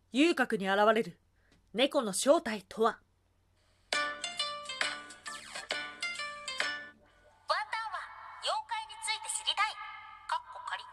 遊郭に現れる猫の正体とは。 ワンタンは妖怪について知りたい。かっこ仮。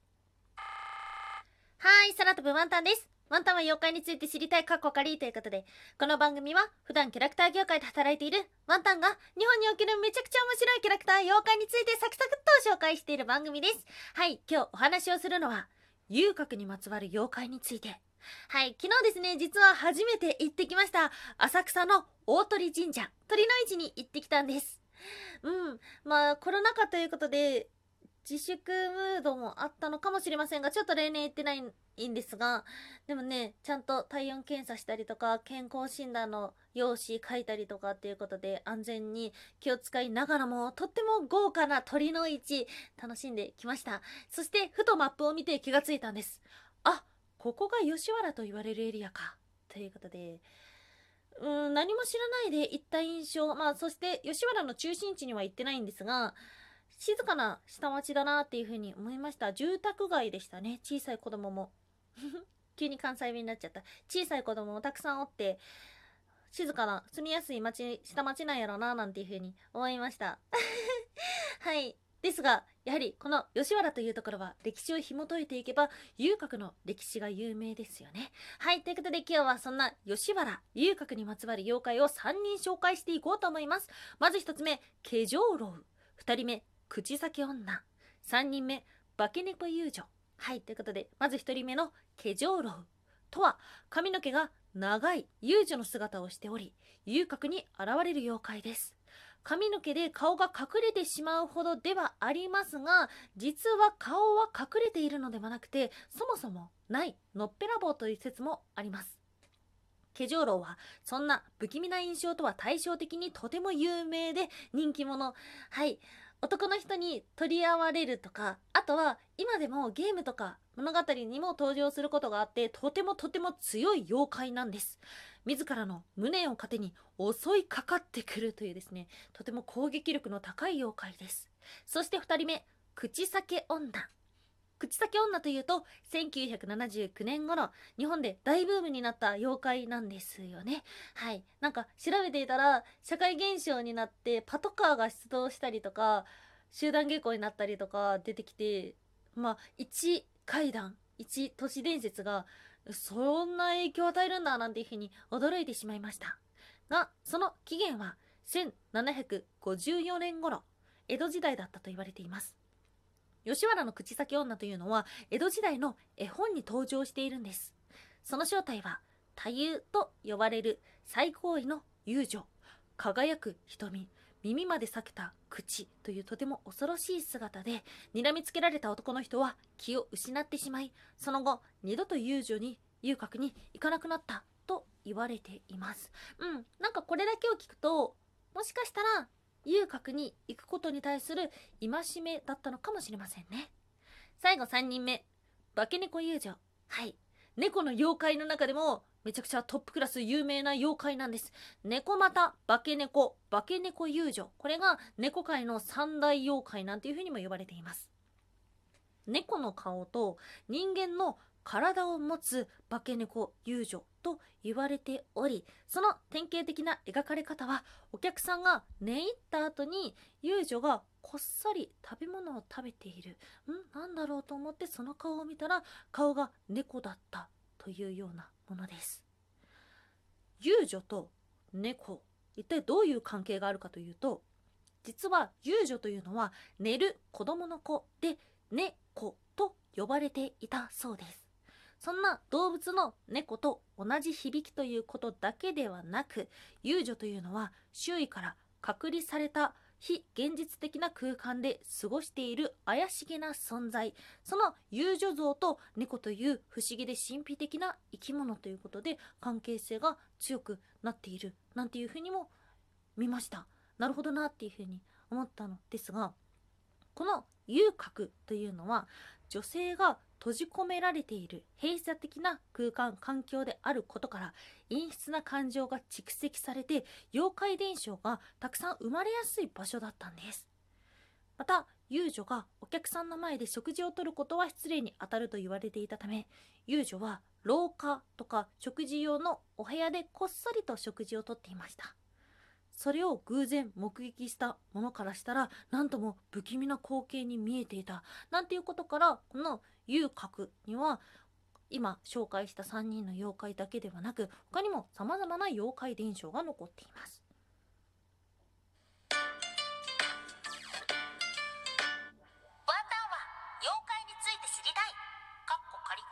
はい、空飛ぶワンタンです。ワンタンは妖怪について知りたいカッコカリということで、この番組は普段キャラクター業界で働いているワンタンが日本におけるめちゃくちゃ面白いキャラクター妖怪についてサクサクっと紹介している番組です。はい、今日お話をするのは遊郭にまつわる妖怪について。はい、昨日ですね、実は初めて行ってきました浅草の大鳥神社鳥の市に行ってきたんです。まあコロナ禍ということで自粛ムードもあったのかもしれませんが、ちょっと例年行ってないんですが、でもね、ちゃんと体温検査したりとか健康診断の用紙書いたりとかっていうことで安全に気を使いながらもとっても豪華な鳥の市楽しんできました。そしてふとマップを見て気がついたんです。あ、ここが吉原と言われるエリアかということで、何も知らないで行った印象、そして吉原の中心地には行ってないんですが、静かな下町だなっていう風に思いました。住宅街でしたね。小さい子供も急に関西弁になっちゃった。小さい子供もたくさんおって、静かな住みやすい町、下町なんやろななんていう風に思いましたはい。ですが、やはりこの吉原というところは歴史を紐解いていけば遊郭の歴史が有名ですよね。はい。ということで今日はそんな吉原遊郭にまつわる妖怪を3人紹介していこうと思います。まず1つ目、化粧楼。2人目、口裂け女。3人目、化け猫遊女。はい。ということで、まず1人目の化粧楼とは、髪の毛が長い遊女の姿をしており、遊郭に現れる妖怪です。髪の毛で顔が隠れてしまうほどではありますが、実は顔は隠れているのではなくて、そもそもないのっぺらぼうという説もあります。化粧楼はそんな不気味な印象とは対照的にとても有名で人気者。はい。男の人に取り合われるとか、あとは今でもゲームとか物語にも登場することがあって、とても強い妖怪なんです。自らの無念を糧に襲いかかってくるというですね、とても攻撃力の高い妖怪です。そして2人目、口裂け女。口裂け女というと1979年頃日本で大ブームになった妖怪なんですよね。はい。なんか調べていたら社会現象になってパトカーが出動したりとか集団下校になったりとか出てきて、一怪談一都市伝説がそんな影響を与えるんだなんていうふうに驚いてしまいましたが、その起源は1754年頃江戸時代だったと言われています。吉原の口裂け女というのは江戸時代の絵本に登場しているんです。その正体は太夫と呼ばれる最高位の遊女、輝く瞳、耳まで裂けた口というとても恐ろしい姿で、睨みつけられた男の人は気を失ってしまい、その後二度と遊郭に行かなくなったと言われています。なんかこれだけを聞くと、もしかしたら遊郭に行くことに対する戒めだったのかもしれませんね。最後3人目、化け猫遊女。はい。猫の妖怪の中でもめちゃくちゃトップクラス有名な妖怪なんです。猫又、化け猫、化け猫遊女。これが猫界の三大妖怪なんていうふうにも呼ばれています。猫の顔と人間の体を持つ化け猫遊女と言われており、その典型的な描かれ方はお客さんが寝入った後に遊女がこっそり食べ物を食べている、なんだろうと思ってその顔を見たら顔が猫だったというようなものです。遊女と猫、一体どういう関係があるかというと、実は遊女というのは寝る子供の子で猫と呼ばれていたそうです。そんな動物の猫と同じ響きということだけではなく、遊女というのは周囲から隔離された非現実的な空間で過ごしている怪しげな存在、その遊女像と猫という不思議で神秘的な生き物ということで関係性が強くなっているなんていうふうにも見ました。なるほどなっていうふうに思ったのですが、この遊郭というのは女性が閉じ込められている閉鎖的な空間環境であることから、陰湿な感情が蓄積されて妖怪伝承がたくさん生まれやすい場所だったんです。また遊女がお客さんの前で食事をとることは失礼に当たると言われていたため、遊女は廊下とか食事用のお部屋でこっそりと食事をとっていました。それを偶然目撃した者からしたら、なんとも不気味な光景に見えていたなんていうことから、この遊郭には今紹介した3人の妖怪だけではなく、他にも様々な妖怪伝承が残っています。 ワンタンは妖怪について知りたい。かっこ仮。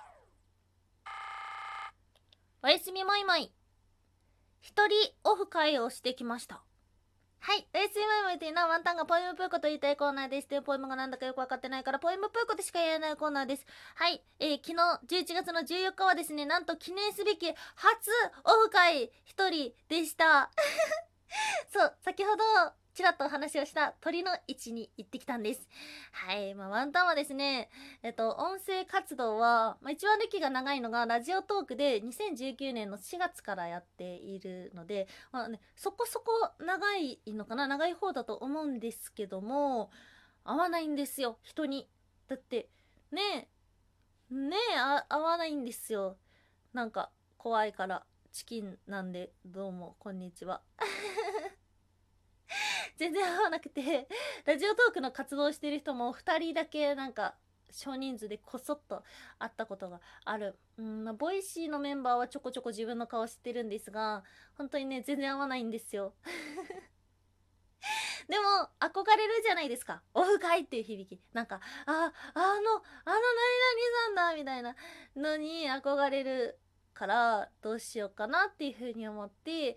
おやすみもいもい。一人オフ会をしてきました。はい、おやすみもいもいというのはワンタンがポエムプーコと言いたいコーナーです。というポエムがなんだかよくわかってないからポエムプーコでしか言えないコーナーです。はい、昨日11月の14日はですね、なんと記念すべき初オフ会一人でしたそう、先ほどちらっとお話をした鳥の位置に行ってきたんです。はい、ワンタンはですね、音声活動は、一番歴が長いのがラジオトークで2019年の4月からやっているので、そこそこ長いのかな、長い方だと思うんですけども、合わないんですよ、人に。だって、合わないんですよ。なんか、怖いから。チキンなんで、どうも、こんにちは。全然合わなくて、ラジオトークの活動してる人も2人だけなんか少人数でこそっと会ったことがある。ボイシーのメンバーはちょこちょこ自分の顔知ってるんですが、本当にね、全然合わないんですよ。でも憧れるじゃないですか、オフ会っていう響き。なんか何々さんだみたいなのに憧れるから、どうしようかなっていうふうに思って、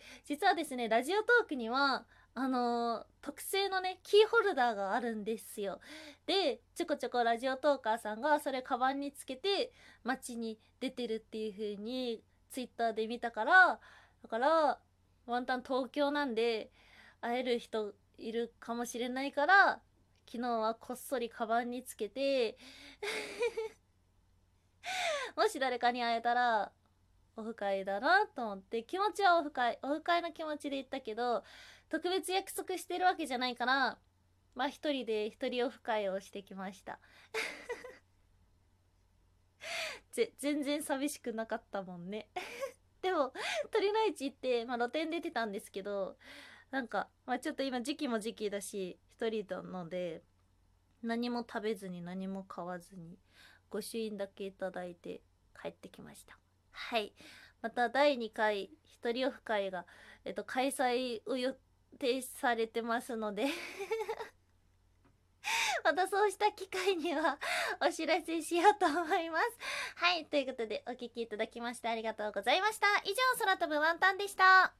実はですね、ラジオトークには特製のねキーホルダーがあるんですよ。でちょこちょこラジオトーカーさんがそれカバンにつけて街に出てるっていう風にツイッターで見たから、だからワンタン東京なんで会える人いるかもしれないから、昨日はこっそりカバンにつけてもし誰かに会えたらオフ会だなと思って、気持ちはオフ会の気持ちで言ったけど、特別約束してるわけじゃないから、一人で一人オフ会をしてきました全然寂しくなかったもんねでも鳥の市って、露店出てたんですけど、なんか、ちょっと今時期も時期だし一人なので、何も食べずに何も買わずに御朱印だけいただいて帰ってきました。はい、また第2回一人オフ会が、開催を予定されてますのでまたそうした機会にはお知らせしようと思います。はい、ということでお聞きいただきましてありがとうございました。以上、空飛ぶワンタンでした。